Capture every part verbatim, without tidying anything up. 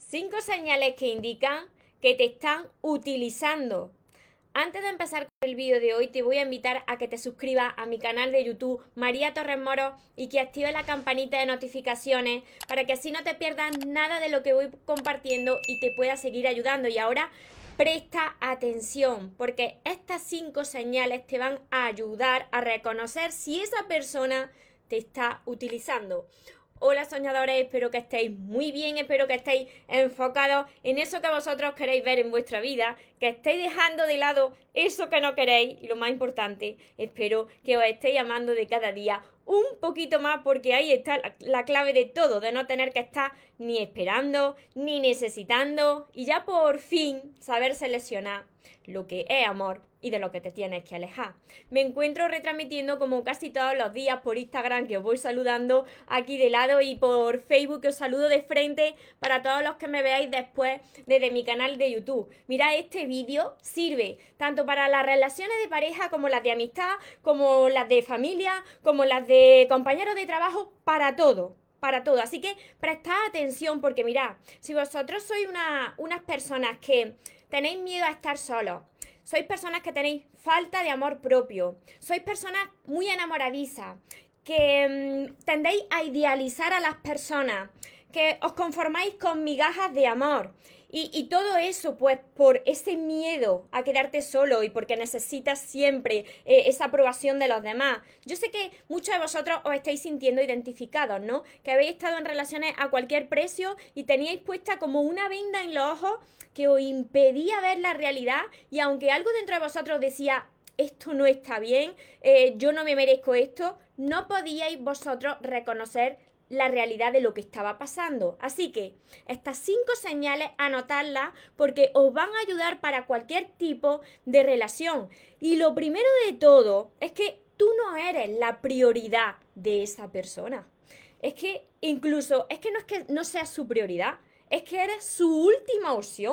Cinco señales que indican que te están utilizando. Antes de empezar con el vídeo de hoy, te voy a invitar a que te suscribas a mi canal de YouTube María Torres Moro y que actives la campanita de notificaciones para que así no te pierdas nada de lo que voy compartiendo y te pueda seguir ayudando. Y ahora presta atención, porque estas cinco señales te van a ayudar a reconocer si esa persona te está utilizando. Hola soñadores, espero que estéis muy bien, espero que estéis enfocados en eso que vosotros queréis ver en vuestra vida, que estéis dejando de lado eso que no queréis y lo más importante, espero que os estéis amando de cada día un poquito más, porque ahí está la, la clave de todo, de no tener que estar ni esperando, ni necesitando y ya por fin saber seleccionar lo que es amor y de lo que te tienes que alejar. Me encuentro retransmitiendo como casi todos los días por Instagram, que os voy saludando aquí de lado, y por Facebook, que os saludo de frente para todos los que me veáis después desde mi canal de YouTube. Mirad, este vídeo sirve tanto para las relaciones de pareja como las de amistad, como las de familia, como las de compañeros de trabajo, para todo. Para todo, así que prestad atención, porque mirad, si vosotros sois una, unas personas que tenéis miedo a estar solos, sois personas que tenéis falta de amor propio, sois personas muy enamoradizas, que mmm, tendéis a idealizar a las personas, que os conformáis con migajas de amor. Y, y todo eso, pues, por ese miedo a quedarte solo y porque necesitas siempre eh, esa aprobación de los demás. Yo sé que muchos de vosotros os estáis sintiendo identificados, ¿no? Que habéis estado en relaciones a cualquier precio y teníais puesta como una venda en los ojos que os impedía ver la realidad, y aunque algo dentro de vosotros decía, esto no está bien, eh, yo no me merezco esto, no podíais vosotros reconocer la realidad de lo que estaba pasando. Así que estas cinco señales, anotadlas, porque os van a ayudar para cualquier tipo de relación. Y lo primero de todo es que tú no eres la prioridad de esa persona. Es que incluso, es que no es que no seas su prioridad, es que eres su última opción.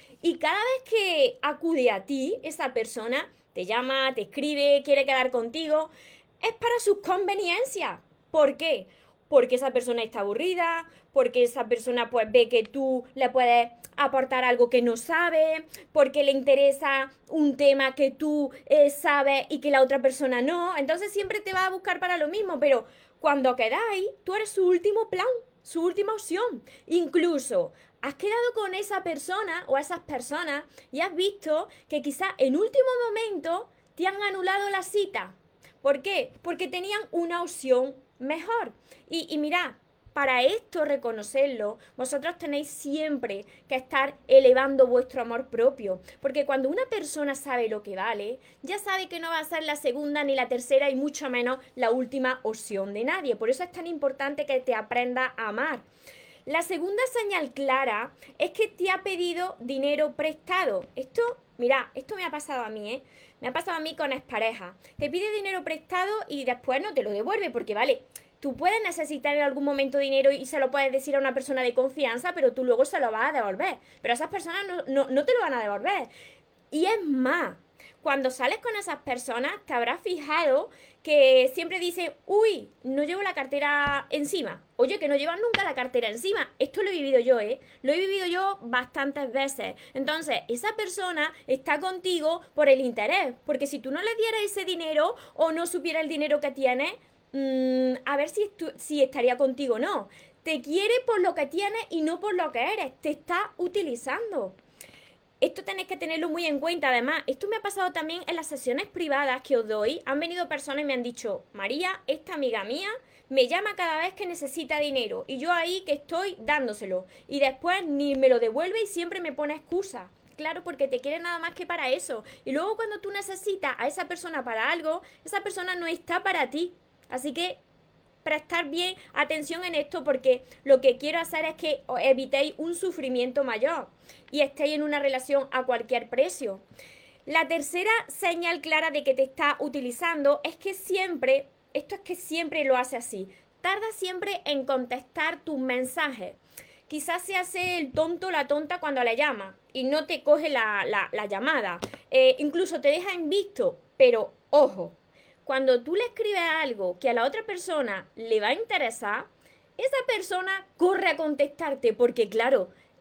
Y cada vez que acude a ti, esa persona te llama, te escribe, quiere quedar contigo, es para sus conveniencias. ¿Por qué? Porque esa persona está aburrida, porque esa persona pues ve que tú le puedes aportar algo que no sabe, porque le interesa un tema que tú eh, sabes y que la otra persona no. Entonces siempre te va a buscar para lo mismo, pero cuando quedáis, tú eres su último plan, su última opción. Incluso has quedado con esa persona o esas personas y has visto que quizás en último momento te han anulado la cita. ¿Por qué? Porque tenían una opción mejor. Y, y mirad, para esto reconocerlo, vosotros tenéis siempre que estar elevando vuestro amor propio. Porque cuando una persona sabe lo que vale, ya sabe que no va a ser la segunda ni la tercera y mucho menos la última opción de nadie. Por eso es tan importante que te aprendas a amar. La segunda señal clara es que te ha pedido dinero prestado. Esto, mira, esto me ha pasado a mí, ¿eh? Me ha pasado a mí con exparejas. Te pide dinero prestado y después no te lo devuelve porque, vale, tú puedes necesitar en algún momento dinero y se lo puedes decir a una persona de confianza, pero tú luego se lo vas a devolver. Pero esas personas no, no, no te lo van a devolver. Y es más, cuando sales con esas personas, te habrás fijado que siempre dicen, uy, no llevo la cartera encima. Oye, que no llevas nunca la cartera encima. Esto lo he vivido yo, ¿eh? Lo he vivido yo bastantes veces. Entonces, esa persona está contigo por el interés. Porque si tú no le dieras ese dinero o no supiera el dinero que tienes, mmm, a ver si, si estaría contigo o no. Te quiere por lo que tienes y no por lo que eres. Te está utilizando. Esto tenéis que tenerlo muy en cuenta. Además, esto me ha pasado también en las sesiones privadas que os doy. Han venido personas y me han dicho, María, esta amiga mía me llama cada vez que necesita dinero y yo ahí que estoy dándoselo. Y después ni me lo devuelve y siempre me pone excusas. Claro, porque te quiere nada más que para eso. Y luego cuando tú necesitas a esa persona para algo, esa persona no está para ti. Así que prestar bien atención en esto, porque lo que quiero hacer es que os evitéis un sufrimiento mayor y estéis en una relación a cualquier precio. La tercera señal clara de que te está utilizando es que siempre, esto es que siempre lo hace así, tarda siempre en contestar tus mensajes. Quizás se hace el tonto o la tonta cuando le llama y no te coge la, la, la llamada. Eh, incluso te deja en visto, pero ojo, cuando tú le escribes algo que a la otra persona le va a interesar, esa persona corre a contestarte porque, claro,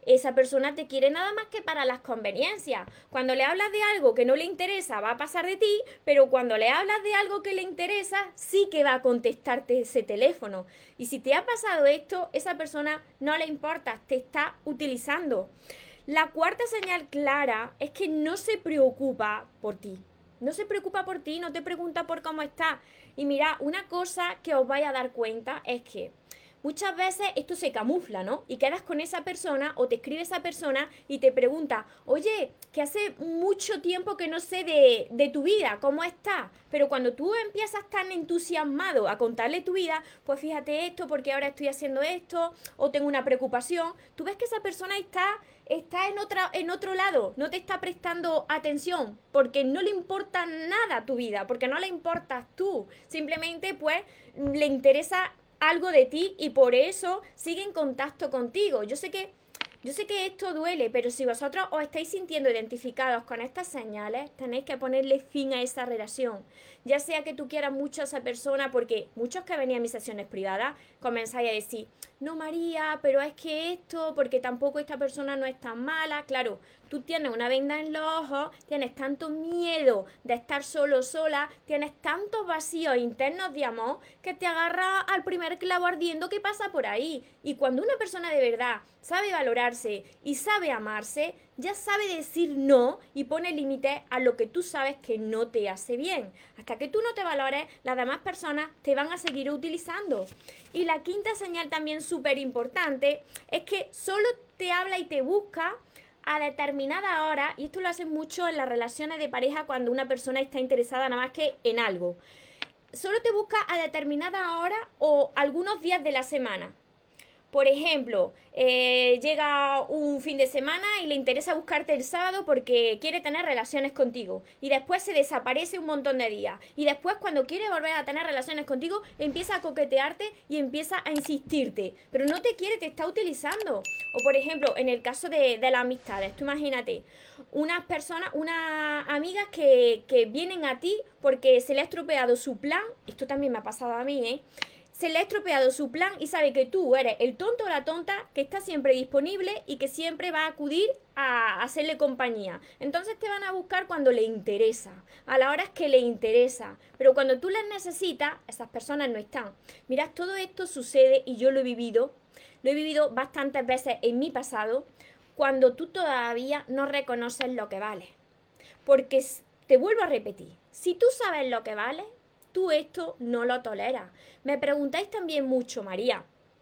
esa persona te quiere nada más que para las conveniencias. Cuando le hablas de algo que no le interesa, va a pasar de ti, pero cuando le hablas de algo que le interesa, sí que va a contestarte ese teléfono. Y si te ha pasado esto, esa persona no le importa, te está utilizando. La cuarta señal clara es que no se preocupa por ti. No se preocupa por ti, no te pregunta por cómo estás. Y mira, una cosa que os vais a dar cuenta es que muchas veces esto se camufla, ¿no? Y quedas con esa persona o te escribe esa persona y te pregunta, oye, que hace mucho tiempo que no sé de, de tu vida, ¿cómo estás? Pero cuando tú empiezas tan entusiasmado a contarle tu vida, pues fíjate esto, porque ahora estoy haciendo esto, o tengo una preocupación, tú ves que esa persona está, está en, otra, en otro lado, no te está prestando atención, porque no le importa nada tu vida, porque no le importas tú, simplemente pues le interesa algo de ti y por eso sigue en contacto contigo. Yo sé que, yo sé que esto duele, pero si vosotros os estáis sintiendo identificados con estas señales, tenéis que ponerle fin a esa relación. Ya sea que tú quieras mucho a esa persona, porque muchos que venían a mis sesiones privadas comenzáis a decir, no María, pero es que esto, porque tampoco esta persona no es tan mala. Claro, tú tienes una venda en los ojos, tienes tanto miedo de estar solo o sola, tienes tantos vacíos internos de amor que te agarra al primer clavo ardiendo que pasa por ahí. Y cuando una persona de verdad sabe valorarse y sabe amarse, ya sabe decir no y pone límites a lo que tú sabes que no te hace bien. Hasta que tú no te valores, las demás personas te van a seguir utilizando. Y la quinta señal también súper importante es que solo te habla y te busca a determinada hora, y esto lo hacen mucho en las relaciones de pareja cuando una persona está interesada nada más que en algo. Solo te busca a determinada hora o algunos días de la semana. Por ejemplo, eh, llega un fin de semana y le interesa buscarte el sábado porque quiere tener relaciones contigo. Y después se desaparece un montón de días. Y después cuando quiere volver a tener relaciones contigo, empieza a coquetearte y empieza a insistirte. Pero no te quiere, te está utilizando. O por ejemplo, en el caso de, de las amistades, tú imagínate, unas personas, unas amigas que, que vienen a ti porque se le ha estropeado su plan. Esto también me ha pasado a mí, ¿eh? Se le ha estropeado su plan y sabe que tú eres el tonto o la tonta que está siempre disponible y que siempre va a acudir a hacerle compañía. Entonces te van a buscar cuando le interesa, a la hora que le interesa. Pero cuando tú les necesitas, esas personas no están. Mirad, todo esto sucede y yo lo he vivido. Lo he vivido bastantes veces en mi pasado cuando tú todavía no reconoces lo que vales. Porque te vuelvo a repetir, si tú sabes lo que vales, tú esto no lo toleras. Me preguntáis también mucho, María,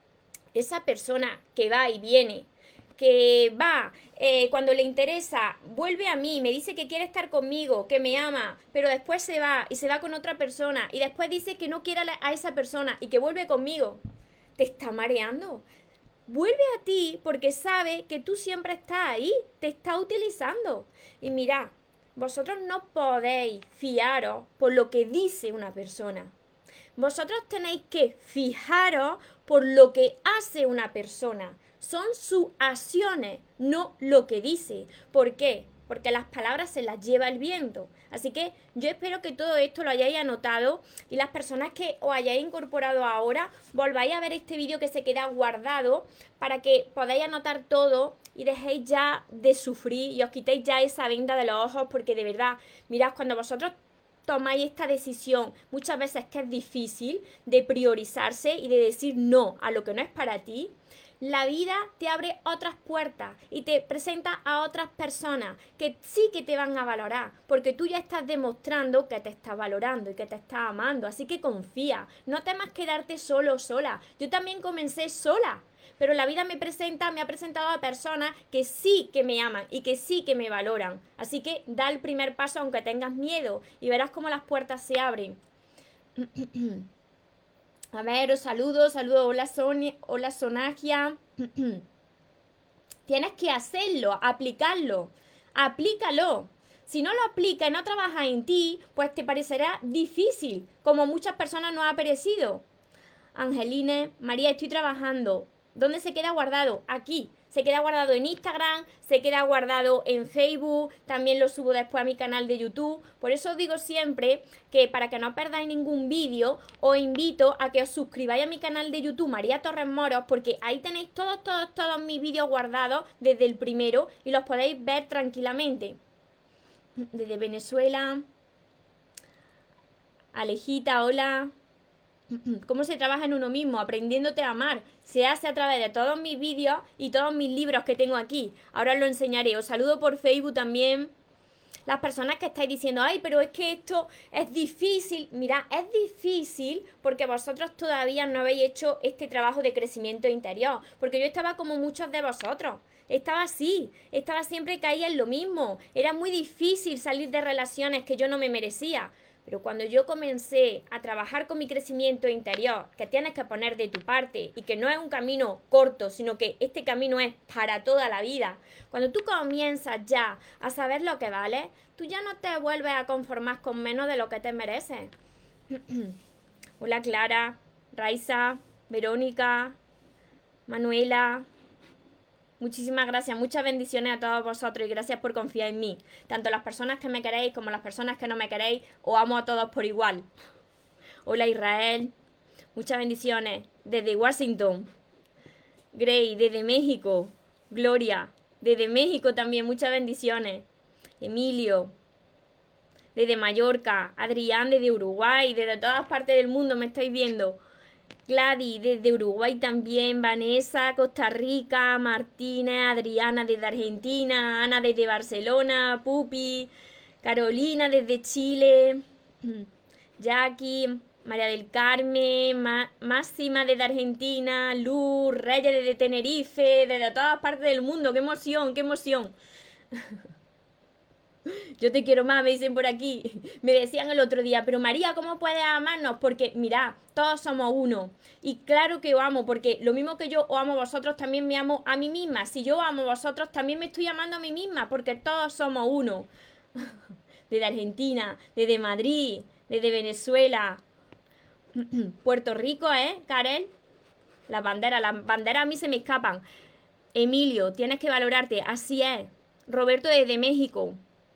esa persona que va y viene, que va, eh, cuando le interesa, vuelve a mí, me dice que quiere estar conmigo, que me ama, pero después se va y se va con otra persona y después dice que no quiere a esa persona y que vuelve conmigo. Te está mareando. Vuelve a ti porque sabe que tú siempre estás ahí, te está utilizando. Y mira, vosotros no podéis fiaros por lo que dice una persona. Vosotros tenéis que fijaros por lo que hace una persona. Son sus acciones, no lo que dice. ¿Por qué? Porque las palabras se las lleva el viento. Así que yo espero que todo esto lo hayáis anotado y las personas que os hayáis incorporado ahora, volváis a ver este vídeo que se queda guardado para que podáis anotar todo y dejéis ya de sufrir y os quitéis ya esa venda de los ojos, porque de verdad, mirad, cuando vosotros tomáis esta decisión, muchas veces que es difícil de priorizarse y de decir no a lo que no es para ti, la vida te abre otras puertas y te presenta a otras personas que sí que te van a valorar, porque tú ya estás demostrando que te estás valorando y que te estás amando. Así que confía, no temas quedarte solo o sola. Yo también comencé sola, pero la vida me presenta, me ha presentado a personas que sí que me aman y que sí que me valoran. Así que da el primer paso aunque tengas miedo y verás cómo las puertas se abren. A ver, os saludo, saludo, hola Sonia, hola Sonagia. Tienes que hacerlo, aplicarlo, aplícalo. Si no lo aplicas y no trabajas en ti, pues te parecerá difícil, como muchas personas nos ha parecido. Angeline, María, estoy trabajando. ¿Dónde se queda guardado? Aquí. Se queda guardado en Instagram, se queda guardado en Facebook, también lo subo después a mi canal de YouTube. Por eso os digo siempre que para que no perdáis ningún vídeo, os invito a que os suscribáis a mi canal de YouTube, María Torres Moros, porque ahí tenéis todos, todos, todos mis vídeos guardados desde el primero y los podéis ver tranquilamente. Desde Venezuela. Alejita, hola. ¿Cómo se trabaja en uno mismo? Aprendiéndote a amar. Se hace a través de todos mis vídeos y todos mis libros que tengo aquí. Ahora os lo enseñaré. Os saludo por Facebook también. Las personas que estáis diciendo, ay, pero es que esto es difícil. Mirad, es difícil porque vosotros todavía no habéis hecho este trabajo de crecimiento interior. Porque yo estaba como muchos de vosotros. Estaba así. Estaba siempre caía en lo mismo. Era muy difícil salir de relaciones que yo no me merecía. Pero cuando yo comencé a trabajar con mi crecimiento interior, que tienes que poner de tu parte y que no es un camino corto, sino que este camino es para toda la vida, cuando tú comienzas ya a saber lo que vale, tú ya no te vuelves a conformar con menos de lo que te mereces. Hola Clara, Raiza, Verónica, Manuela. Muchísimas gracias, muchas bendiciones a todos vosotros y gracias por confiar en mí. Tanto las personas que me queréis como las personas que no me queréis, os amo a todos por igual. Hola Israel, muchas bendiciones desde Washington. Grey, desde México. Gloria, desde México también, muchas bendiciones. Emilio, desde Mallorca. Adrián, desde Uruguay, desde todas partes del mundo me estáis viendo. Gladys, desde Uruguay también, Vanessa, Costa Rica, Martínez, Adriana desde Argentina, Ana desde Barcelona, Pupi, Carolina desde Chile, Jackie, María del Carmen, Ma Máxima desde Argentina, Luz, Reyes desde Tenerife, desde todas partes del mundo, qué emoción, qué emoción. Yo te quiero más, me dicen por aquí. Me decían el otro día, pero María, ¿cómo puedes amarnos? Porque, mirad, todos somos uno. Y claro que os amo, porque lo mismo que yo os amo a vosotros, también me amo a mí misma. Si yo os amo a vosotros, también me estoy amando a mí misma, porque todos somos uno. Desde Argentina, desde Madrid, desde Venezuela, Puerto Rico, ¿eh, Karel? Las banderas, las banderas a mí se me escapan. Emilio, tienes que valorarte, así es. Roberto desde México.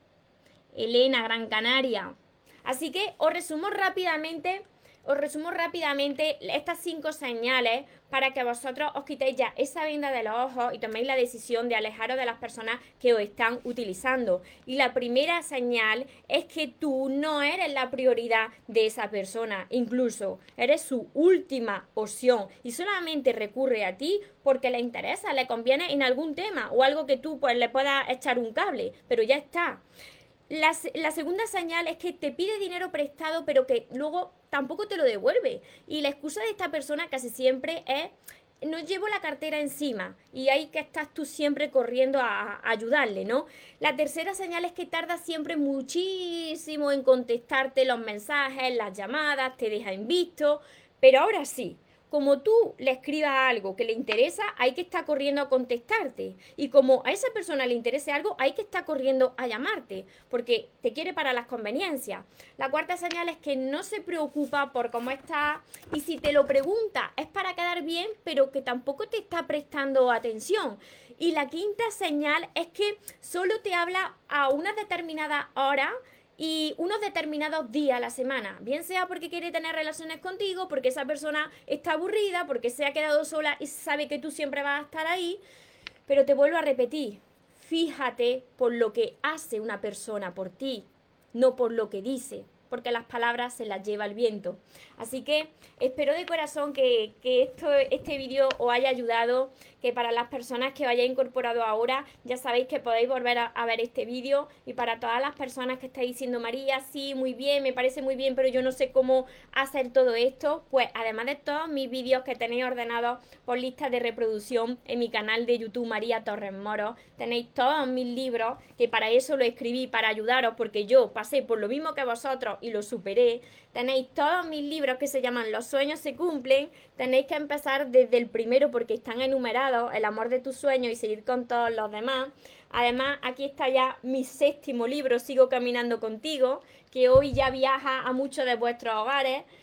Elena, Gran Canaria. Así que os resumo rápidamente, os resumo rápidamente estas cinco señales para que vosotros os quitéis ya esa venda de los ojos y toméis la decisión de alejaros de las personas que os están utilizando. Y la primera señal es que tú no eres la prioridad de esa persona, incluso eres su última opción y solamente recurre a ti porque le interesa, le conviene en algún tema o algo que tú pues le puedas echar un cable, pero ya está. La, la segunda señal es que te pide dinero prestado, pero que luego tampoco te lo devuelve. Y la excusa de esta persona casi siempre es, no llevo la cartera encima. Y ahí que estás tú siempre corriendo a, a ayudarle, ¿no? La tercera señal es que tarda siempre muchísimo en contestarte los mensajes, las llamadas, te deja en visto. Pero ahora sí, como tú le escribas algo que le interesa, hay que estar corriendo a contestarte. Y como a esa persona le interese algo, hay que estar corriendo a llamarte, porque te quiere para las conveniencias. La cuarta señal es que no se preocupa por cómo está, y si te lo pregunta es para quedar bien, pero que tampoco te está prestando atención. Y la quinta señal es que solo te habla a una determinada hora y unos determinados días a la semana, bien sea porque quiere tener relaciones contigo, porque esa persona está aburrida, porque se ha quedado sola y sabe que tú siempre vas a estar ahí, pero te vuelvo a repetir, fíjate por lo que hace una persona por ti, no por lo que dice, porque las palabras se las lleva el viento. Así que espero de corazón que, que esto, este vídeo os haya ayudado, que para las personas que os hayáis incorporado ahora, ya sabéis que podéis volver a, a ver este vídeo, y para todas las personas que estáis diciendo, María, sí, muy bien, me parece muy bien, pero yo no sé cómo hacer todo esto, pues además de todos mis vídeos que tenéis ordenados por listas de reproducción en mi canal de YouTube María Torres Moros, tenéis todos mis libros, que para eso lo escribí, para ayudaros, porque yo pasé por lo mismo que vosotros y lo superé. Tenéis todos mis libros que se llaman Los sueños se cumplen. Tenéis que empezar desde el primero porque están enumerados, El amor de tus sueños, y seguir con todos los demás. Además, aquí está ya mi séptimo libro, Sigo caminando contigo, que hoy ya viaja a muchos de vuestros hogares.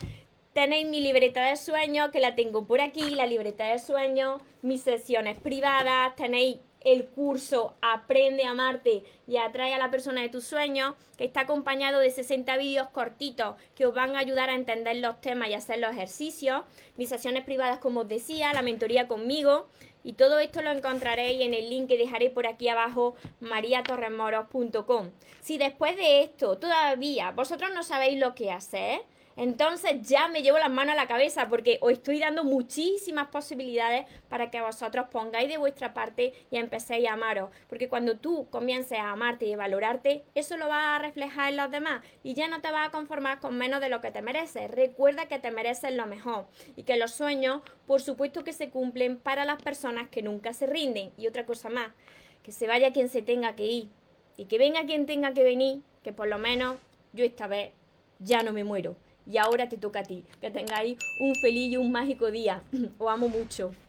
Tenéis mi libreta de sueños, que la tengo por aquí, la libreta de sueños, mis sesiones privadas, tenéis el curso Aprende a amarte y atrae a la persona de tus sueños, que está acompañado de sesenta vídeos cortitos que os van a ayudar a entender los temas y hacer los ejercicios, mis sesiones privadas, como os decía, la mentoría conmigo, y todo esto lo encontraréis en el link que dejaré por aquí abajo, maria torres moros punto com. Si después de esto todavía vosotros no sabéis lo que hacer, entonces ya me llevo las manos a la cabeza, porque os estoy dando muchísimas posibilidades para que vosotros pongáis de vuestra parte y empecéis a amaros. Porque cuando tú comiences a amarte y a valorarte, eso lo vas a reflejar en los demás y ya no te vas a conformar con menos de lo que te mereces. Recuerda que te mereces lo mejor y que los sueños, por supuesto, que se cumplen para las personas que nunca se rinden. Y otra cosa más, que se vaya quien se tenga que ir y que venga quien tenga que venir, que por lo menos yo esta vez ya no me muero. Y ahora te toca a ti. Que tengáis un feliz y un mágico día. Os amo mucho.